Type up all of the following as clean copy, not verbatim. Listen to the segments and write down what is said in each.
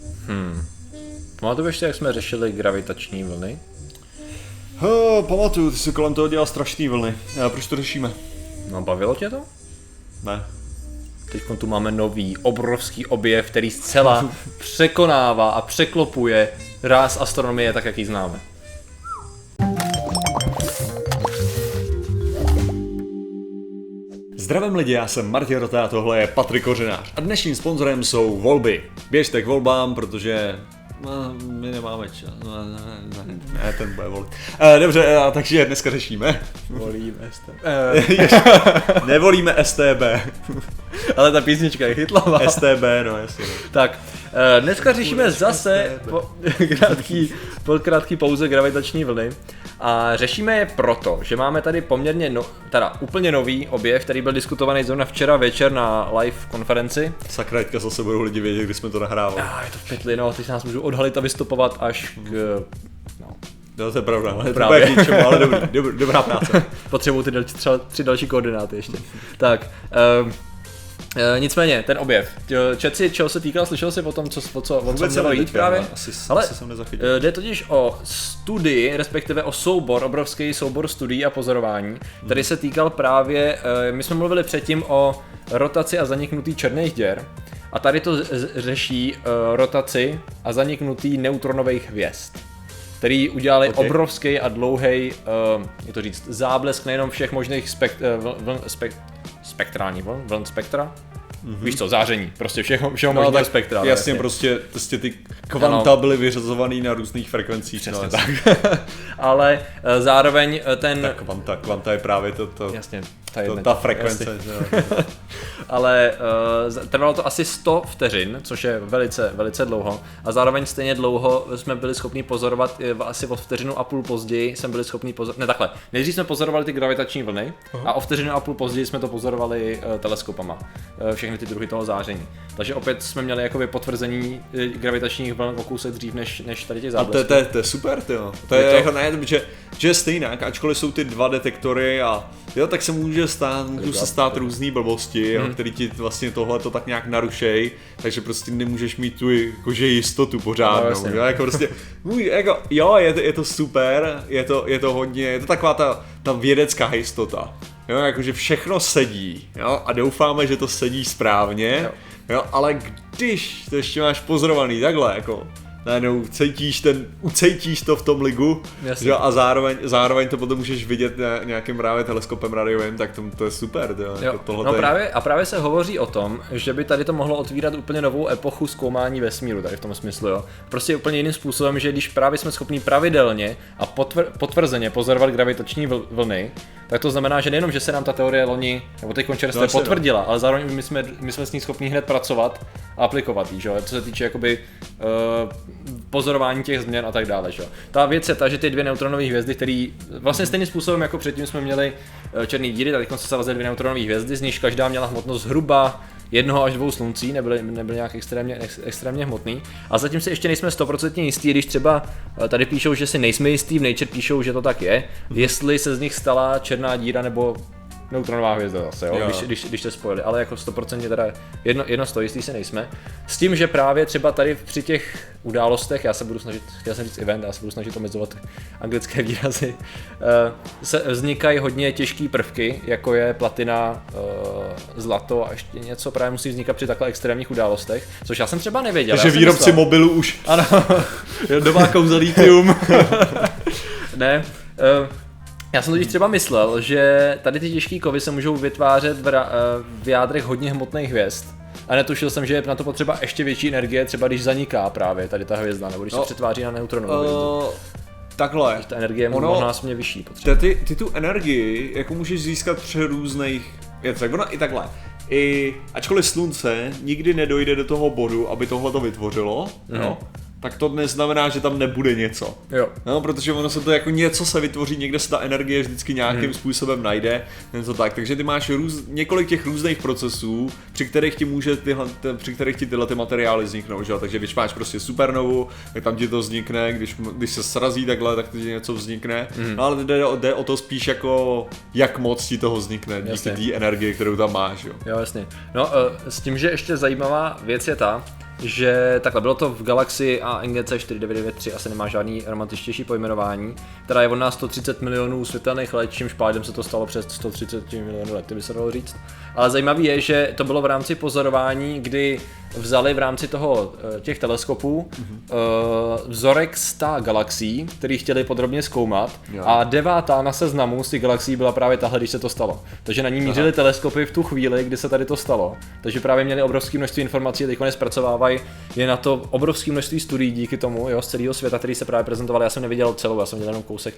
Pamatuješ si, jak jsme řešili gravitační vlny? Pamatuju, ty jsi kolem toho dělal strašný vlny. Proč to řešíme? No, bavilo tě to? Ne. Teď tu máme nový, obrovský objev, který zcela překonává a překlopuje ráz astronomie tak, jak ji známe. Zdravím lidi, já jsem Martin Rota a tohle je Patrik Kořenář. A dnešním sponzorem jsou volby. Běžte k volbám, protože my nemáme čas. Ne, ten bude volit. Dobře, takže dneska řešíme. Volíme STB. Nevolíme STB. Ale ta písnička je chytlavá. STB, no jasně. Tak, dneska řešíme zase po krátký pauze gravitační vlny. A řešíme je proto, že máme tady poměrně, úplně nový objev, který byl diskutovaný zrovna včera večer na live konferenci. Sakra, teďka zase budou lidi vědět, kdy jsme to nahrávali. Je to v pytli, no, teď nás můžu odhalit a vystopovat až k... No, to je pravda, ale právě. To je k ničemu, ale dobrá práce. Potřebuju třeba 3 další koordináty ještě. Tak, nicméně, ten objev. Čet si, čeho se týkal, slyšel jsi o tom, o co mělo jít právě? Asi jsem nezachytil. Jde totiž o studii, respektive o obrovský soubor studií a pozorování, který se týkal právě, my jsme mluvili předtím o rotaci a zaniknutí černých děr, a tady to řeší rotaci a zaniknutí neutronových hvězd, který udělali obrovský a dlouhý, jak to říct, záblesk nejenom všech možných spektrálních vln spektra. Víš co, záření, prostě všeho možného spektra. Jasně, prostě ty kvanta byly vyřazovaný na různých frekvencích. Přesně tak. Ale zároveň ten... Kvanta je právě Jasně, ta frekvence. Ale trvalo to asi 100 vteřin, což je velice, velice dlouho. A zároveň stejně dlouho jsme byli schopni pozorovat, asi o vteřinu a půl později jsme byli schopni pozorovat, ne takhle, nejdřív jsme pozorovali ty gravitační vlny a o vteřinu a půl později jsme to pozorovali teleskopama, všechny ty druhy toho záření. Takže opět jsme měli jakoby potvrzení gravitačních vln o kousek dřív než tady těch záblesků. A to je super, tyjo. To je jako ne, že je stejnak, ačkoliv jsou ty dva detektory a jo, tak se můžou se stát různý blbosti, který ti vlastně tohle to tak nějak narušej, takže prostě nemůžeš mít tu jakože jistotu pořádnou. No, jako prostě, je to super, je to hodně, je to taková ta vědecká jistota. Jo, jakože všechno sedí, jo, a doufáme, že to sedí správně, jo, ale když to ještě máš pozorovaný takhle, jako najednou ucítíš to v tom ligu, jo, a zároveň to potom můžeš vidět nějakým právě teleskopem radiovým, tak to je super. Právě se hovoří o tom, že by tady to mohlo otvírat úplně novou epochu zkoumání vesmíru, tady v tom smyslu, jo. Prostě úplně jiným způsobem, že když právě jsme schopni pravidelně a potvrzeně pozorovat gravitační vlny, tak to znamená, že nejenom, že se nám ta teorie loni, nebo teď čerstvě potvrdila, ale zároveň my jsme s ní schopni hned pracovat a aplikovat jí, že? Co se týče jakoby pozorování těch změn a tak dále. Že? Ta věc je ta, že ty dvě neutronové hvězdy, které vlastně stejným způsobem jako předtím jsme měli černé díry, tady se srazily dvě neutronové hvězdy, z nichž každá měla hmotnost zhruba 1 až 2 sluncí, nebyly nějak extrémně hmotný. A zatím si ještě nejsme 100% jistí, když třeba tady píšou, že si nejsme jistí, v Nature píšou, že to tak je, jestli se z nich stala černá díra nebo neutronová hvězda zase, jo? Když se spojili, ale jako 100% teda jedno stojí, jistý se nejsme. S tím, že právě třeba tady při těch událostech, chtěl jsem říct event, já se budu snažit omezovat anglické výrazy, se vznikají hodně těžké prvky, jako je platina, zlato a ještě něco právě musí vznikat při takhle extrémních událostech, což já jsem třeba nevěděl. Takže výrobci mobilů už. Ano, nová kauza litium. Ne. Já jsem totiž třeba myslel, že tady ty těžké kovy se můžou vytvářet v jádrech hodně hmotných hvězd. A netušil jsem, že je na to potřeba ještě větší energie, třeba když zaniká právě tady ta hvězda, nebo když se přetváří na neutronovou hvězdu. Takhle. Ta energie je mnohonásobně vyšší potřeba. Ty tu energii jako můžeš získat při různých věcech. Ona i takhle. Ačkoliv slunce nikdy nedojde do toho bodu, aby tohle to vytvořilo, jo, tak to neznamená, že tam nebude něco. Jo. No, protože ono se to jako něco se vytvoří, někde se ta energie vždycky nějakým způsobem najde, něco tak. Takže ty máš několik těch různých procesů, při kterých ti tyhle ty materiály vzniknou, že jo? Takže když máš prostě supernovu, tak tam ti to vznikne, když se srazí takhle, tak ti něco vznikne. No ale jde o to spíš jako, jak moc ti toho vznikne díky té energie, kterou tam máš, jo. Jo, jasně. No, s tím, že ještě zajímavá věc je ta, že takhle bylo to v galaxii a NGC 4993 asi nemá žádný romantičtější pojmenování, která je od nás 130 milionů světelných let, čímž pádem se to stalo přes 130 milionů let, by se dalo říct. Ale zajímavé je, že to bylo v rámci pozorování, kdy vzali v rámci těch teleskopů vzorek 100 galaxií, který chtěli podrobně zkoumat, a 9. na seznamu z těch galaxií byla právě tahle, když se to stalo. Takže na ní mířili teleskopy v tu chvíli, kdy se tady to stalo. Takže právě měli obrovské množství informací a teď zpracovávají je na to obrovské množství studií díky tomu, jo, z celého světa, který se právě prezentoval. Já jsem neviděl celou, já jsem viděl jenom kousek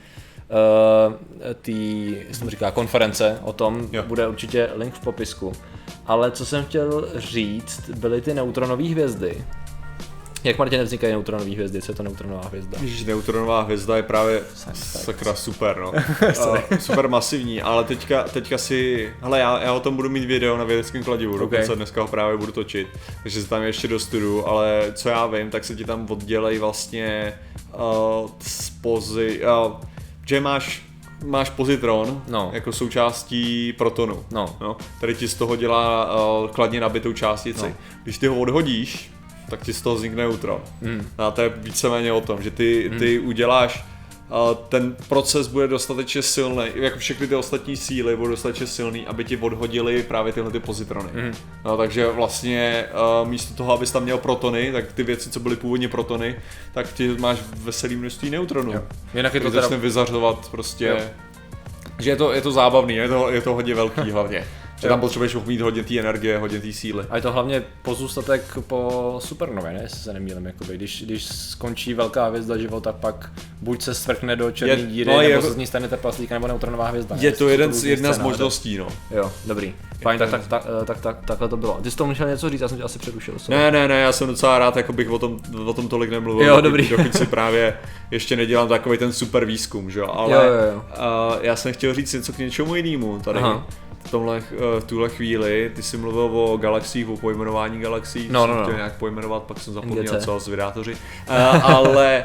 jsem říká, konference o tom, bude určitě link v popisku. Ale co jsem chtěl říct, byly ty neutronové hvězdy. Jak, Martin, vznikají neutronové hvězdy? Co je to neutronová hvězda? Ježiš, neutronová hvězda je právě sakra super, no. Super masivní, ale teďka si, hele, já o tom budu mít video na vědeckém kladivu, dokonce dneska ho právě budu točit, takže se tam ještě dostuduju, ale co já vím, tak se ti tam oddělej vlastně že máš pozitron jako součástí protonu. No. Tady ti z toho dělá kladně nabitou částici. Když ty ho odhodíš, tak ti z toho vznikne neutron. A to je víceméně o tom, že ty uděláš, ten proces bude dostatečně silný, jako všechny ty ostatní síly budou dostatečně silný, aby ti odhodili právě tyhle ty pozitrony. No, takže vlastně místo toho, abys tam měl protony, tak ty věci, co byly původně protony, tak ti máš veselý množství neutronů. Jinak je to začne vyzařovat prostě, že je to zábavný, je to hodně velký hlavně. Že tam potřebuješ mít hodně té energie, hodně té síly. A je to hlavně pozůstatek po supernově, ne? Jestli se nemýlím, jakoby. Když skončí velká hvězda života, pak buď se svrchne do černé díry, nebo se z ní stane teplá nebo neutronová hvězda. Je to jedna z možností, no. Jo, dobrý. Fajn, takhle to bylo. Ty jsi tomu chtěl něco říct, já jsem tě asi přerušil. Ne, já jsem docela rád, jako bych o tom tolik nemluvil. Jo, dobrý. Dokud si právě ještě nedělám takový ten super výzkum, že jo. Ale já jsem chtěl říct něco k něčemu jinému tady. V tuhle chvíli, ty jsi mluvil o galaxiích, o pojmenování galaxií, jsem chtěl nějak pojmenovat, pak jsem zapomněl co z vydátoři, ale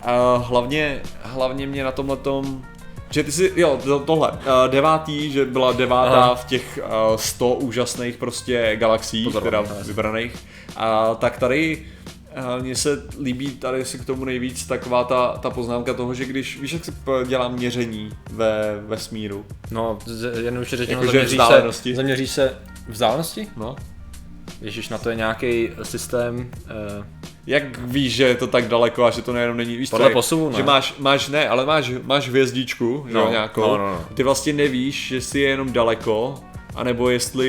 hlavně mě na tomhletom, že ty si, tohle, 9. že byla 9. v těch 100 úžasných prostě galaxiích, teda vybraných, tak tady mně se líbí tady si k tomu nejvíc taková ta poznámka toho, že když, víš, jak se dělá měření ve vesmíru? No, jednoduše řečeno, zaměříš se vzdálenosti? No. Ježiš, na to je nějaký systém... Jak víš, že je to tak daleko a že to nejenom není, víš, podle posuvu, že máš hvězdičku, nějakou, no. Ty vlastně nevíš, jestli je jenom daleko, anebo jestli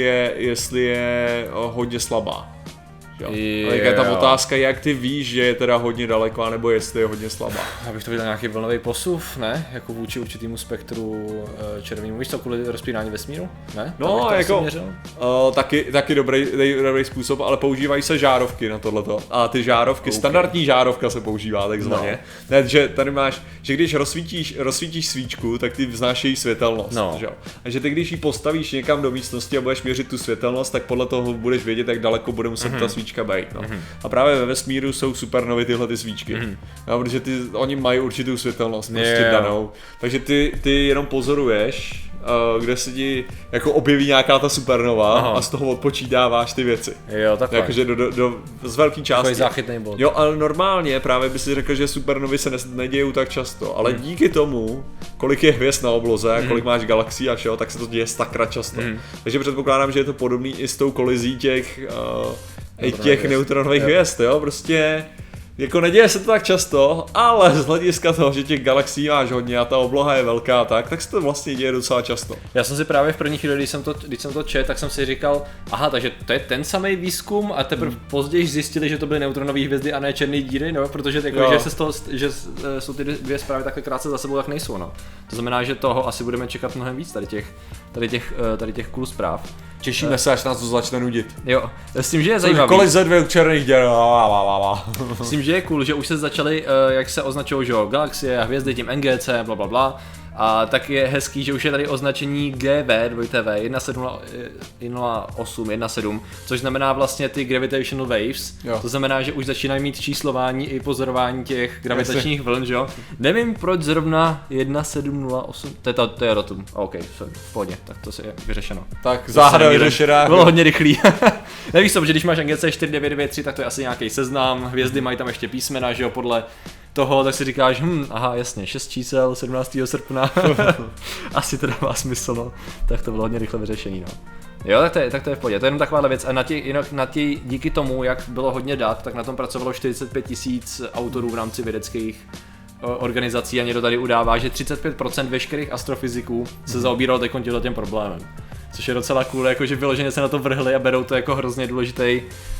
je hodně slabá. Ale je tam otázka, jak ty víš, že je teda hodně daleko, nebo jestli je hodně slabá. Abych to viděl nějaký vlnový posuv, ne? Jako vůči určitému spektru červenému. Víš co, kvůli rozpínání vesmíru? Ne? No, jako taky dobrý způsob, ale používají se žárovky na tohleto. A ty žárovky, standardní žárovka se používá takzvaně. No. Ne, že tady máš, že když rozsvítíš svíčku, tak ty vznášejí světelnost. No. Že? A že ty když ji postavíš někam do místnosti a budeš měřit tu světelnost, tak podle toho budeš vědět, jak daleko bude muset ta svíčka být, no. A právě ve vesmíru jsou supernovy tyhle ty svíčky, no, protože oni mají určitou světelnost prostě danou, takže ty jenom pozoruješ, kde se ti jako objeví nějaká ta supernova a z toho odpočítáváš ty věci. Jo, takhle. Jakože z velký části. Takový záchytný bod. Jo, ale normálně právě by si řekl, že supernovy se nedějou tak často, ale díky tomu, kolik je hvězd na obloze, kolik máš galaxií a všeho, tak se to děje sakra často. Takže předpokládám, že je to podobný i s tou kolizí těch neutronových hvězd, jo, prostě jako neděje se to tak často, ale z hlediska toho, že těch galaxií máš hodně a ta obloha je velká, tak se to vlastně děje docela často. Já jsem si právě v první chvíli, když jsem to četl, tak jsem si říkal, aha, takže to je ten samý výzkum a teprve později zjistili, že to byly neutronové hvězdy a ne černé díry, no, protože jako, že jsou ty dvě zprávy takhle krátce za sebou, tak nejsou, no. To znamená, že toho asi budeme čekat mnohem víc tady těch cool zpráv. Těšíme se, až nás to začne nudit. Jo, s tím, že je zajímavý. Kolik ze dvě černých děr. S tím, že je cool, že už se začaly, jak se označují, že galaxie a hvězdy tím NGC, blablabla. A tak je hezký, že už je tady označení GV 1708, což znamená vlastně ty gravitational waves. Jo. To znamená, že už začínají mít číslování i pozorování těch gravitačních vln, že jo? Nevím, proč zrovna 1708, to je datum. OK, v pohodě, tak to je vyřešeno. Tak záhada vyřešená. Bylo hodně rychlý. Nevíš co, že když máš NGC 4993, tak to je asi nějaký seznam, hvězdy mají tam ještě písmena, že jo, podle toho, tak si říkáš, aha, jasně, 6 čísel, 17. srpna, asi to dává smysl, no. Tak to bylo hodně rychle vyřešený, no. Jo, tak to je v pohodě, to je jenom taková věc. A díky tomu, jak bylo hodně dat, tak na tom pracovalo 45 000 autorů v rámci vědeckých organizací a někdo tady udává, že 35% veškerých astrofyziků se zaobíralo tím problémem. Což je docela cool, jakože vyloženě se na to vrhli a berou to jako hrozně důležitý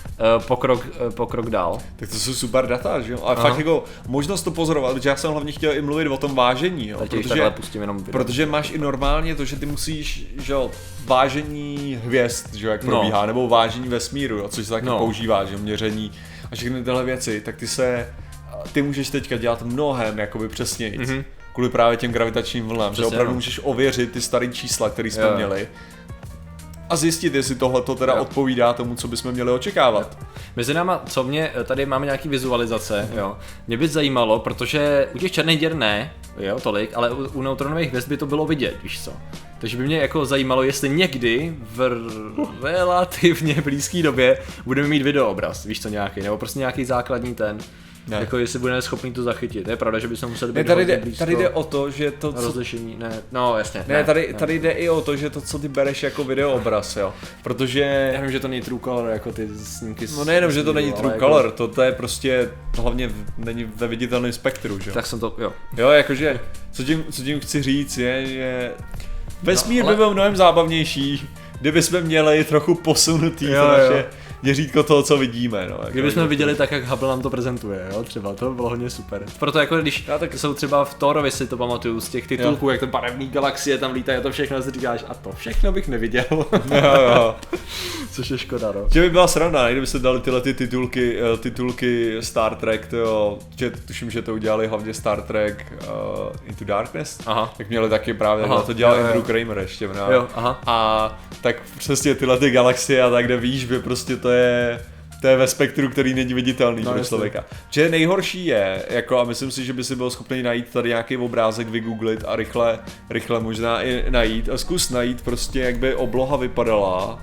pokrok dál. Tak to jsou super data, že jo? A fakt jako možnost to pozorovat, protože já jsem hlavně chtěl i mluvit o tom vážení, jo? Protože máš i normálně to, že ty musíš, že jo, vážení hvězd, že jo, jak probíhá, nebo vážení vesmíru, jo, což se taky používá, že měření a všechny tyhle věci, tak ty můžeš teďka dělat mnohem jakoby přesněji. Kvůli právě těm gravitačním vlnám, že opravdu můžeš ověřit ty staré čísla, které jsme měli a zjistit, jestli tohle to teda odpovídá tomu, co bychom měli očekávat. Mezi náma, tady máme nějaký vizualizace, jo. Mě by zajímalo, protože u těch černých děr ne, jo, tolik, ale u neutronových hvězd by to bylo vidět, víš co. Takže by mě jako zajímalo, jestli někdy v relativně blízké době budeme mít videoobraz, víš co, nějaký, nebo prostě nějaký základní ten. Ne. Jako jestli budeme schopni to zachytit. Je pravda, že bychom museli být blízko. Tady jde o to, že to rozlišení, no jasně. Tady jde i o to, že to, co ty bereš jako videoobraz, jo. Protože já vím, že to není true color, jako ty snímky. No nejenom, že to není true color, to je prostě hlavně není ve viditelném spektru, že jo. Tak jsem to, jo. Jo, jakože co tím chci říct je, že vesmír by byl mnohem zábavnější, kdybychom měli trochu posunutý naše měřítko toho, co vidíme, no. Kdybychom viděli tak, jak Hubble nám to prezentuje, jo, třeba, to by bylo hodně super. Proto jako když jsou třeba v Thorovi, si to pamatuju, z těch titulků, jak ten barevný galaxie tam lítají a to všechno, si říkáš, a to všechno bych neviděl. Jo. Což je škoda, no. Že by byla sranda, kdyby se dali tyhle ty titulky Star Trek, jo, že tuším, že to udělali hlavně Star Trek Into Darkness, tak měli taky právě, to dělal Andrew Kramer ještě, a tak přesně tyhle ty galaxie a tak, kde víš, že prostě to je ve spektru, který není viditelný pro člověka. Že nejhorší je, jako, a myslím si, že by si byl schopný najít tady nějaký obrázek, vygooglit a rychle možná i najít a zkus najít prostě, jak by obloha vypadala,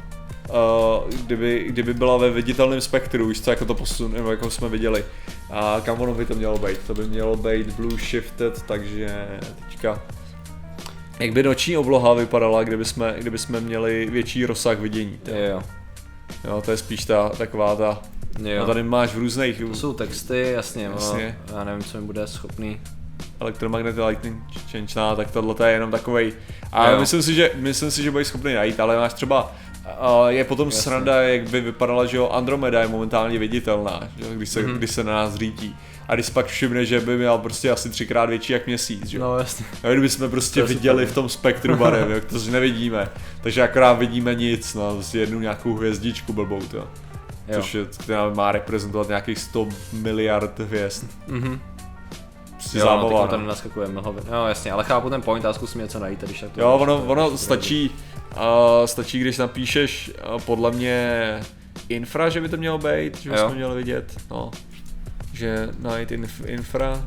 kdyby byla ve viditelném spektru, už co jako to posun, nebo jako jsme viděli. A kam ono by to mělo být? To by mělo být blue shifted, takže teďka jak by noční obloha vypadala, kdyby jsme měli větší rozsah vidění. Jo, to je spíš taková ta. Jo. A tady máš v různých. To jsou texty, jasně. Já nevím, co mi bude schopný. Electromagnetic Lightning Change, tak tohle je jenom takovej. A myslím si, že budeš schopný najít, ale máš třeba je potom sranda, jak by vypadala, že jo, Andromeda je momentálně viditelná, že? Když se na nás řítí. A když pak všimne, že by měl prostě asi 3x větší jak měsíc, že? No jasně. A kdybychom prostě viděli v tom spektru barev, jak to nevidíme. Takže akorát vidíme nic, no, prostě jednu nějakou hvězdičku blbou, to. Což je, která má reprezentovat nějakých 100 miliard hvězd. Prostě zábava. To nenaskakuje mlhově. No jasně, ale chápu ten point a zkusím něco najít, když tak to. Jo, ono stačí, když napíšeš podle mě infra, že by to mělo být, že bychom měli vidět, no. Že najít infra.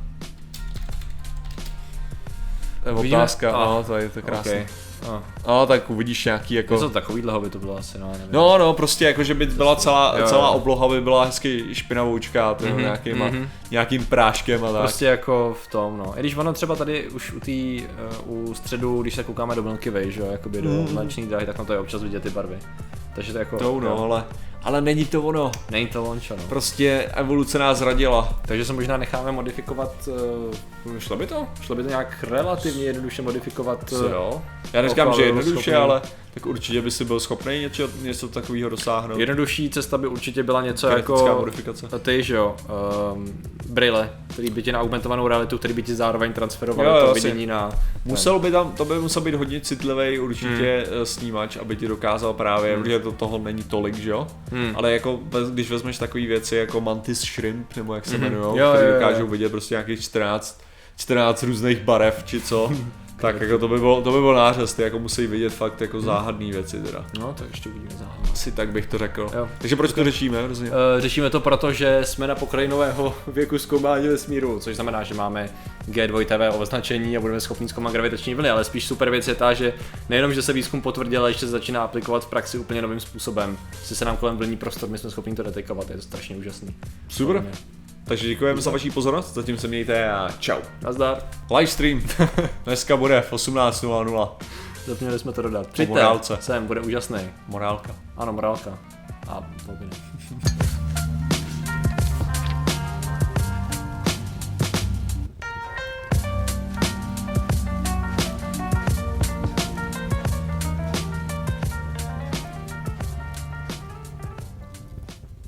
To je otázka, no, to je to krásné. Okay. No, tak uvidíš nějaký jako. Něco takovýhleho by to bylo asi, no, nevím. No, prostě jako, že by byla celá obloha by byla hezky špinavoučká, nějakým práškem a tak. Prostě jako v tom, no. I když ono třeba tady už u středu, když se koukáme do Milky Way, že jo, jakoby do mléčných dráhy, tak na to je občas vidět ty barvy. Takže to jako. Ale není to ono. Není to ončo, no. Prostě evoluce nás zradila. Takže se možná necháme modifikovat, šlo by to nějak relativně jednoduše modifikovat. Jo. Já neříkám, že jednoduše, ale tak určitě by si byl schopný něco takového dosáhnout. Jednodušší cesta by určitě byla něco jako modifikace. Ty, že jo, brýle, který by ti na augmentovanou realitu, který by ti zároveň transferoval to vidění na. To by musel být hodně citlivý určitě snímač, aby ti dokázal právě, protože toho není tolik, že jo? Ale jako když vezmeš takové věci jako Mantis Shrimp, nebo jak se jmenujou, které dokážou vidět prostě nějakých 14 různých barev, či co, Tak jako to by byl nářez, ty jako musí vidět fakt jako záhadný věci teda. No tak ještě uvidíme záhadný. Asi tak bych to řekl. Jo. Takže proč to řešíme? Řešíme to proto, že jsme na pokraji nového věku zkoumání vesmíru, což znamená, že máme G2 TV označení a budeme schopni zkoumat gravitační vlny, ale spíš super věc je ta, že nejenom, že se výzkum potvrdil, ale ještě se začíná aplikovat v praxi úplně novým způsobem. Se nám kolem vlní prostor, my jsme schopni to detekovat, je to strašně úžasný. Super. Takže děkujeme za vaši pozornost, zatím se mějte a čau. Nazdar. Livestream dneska bude v 18:00. Zapomněli jsme to dodat. Přijďte, sem, bude úžasný. Morálka. Ano, morálka. A volby.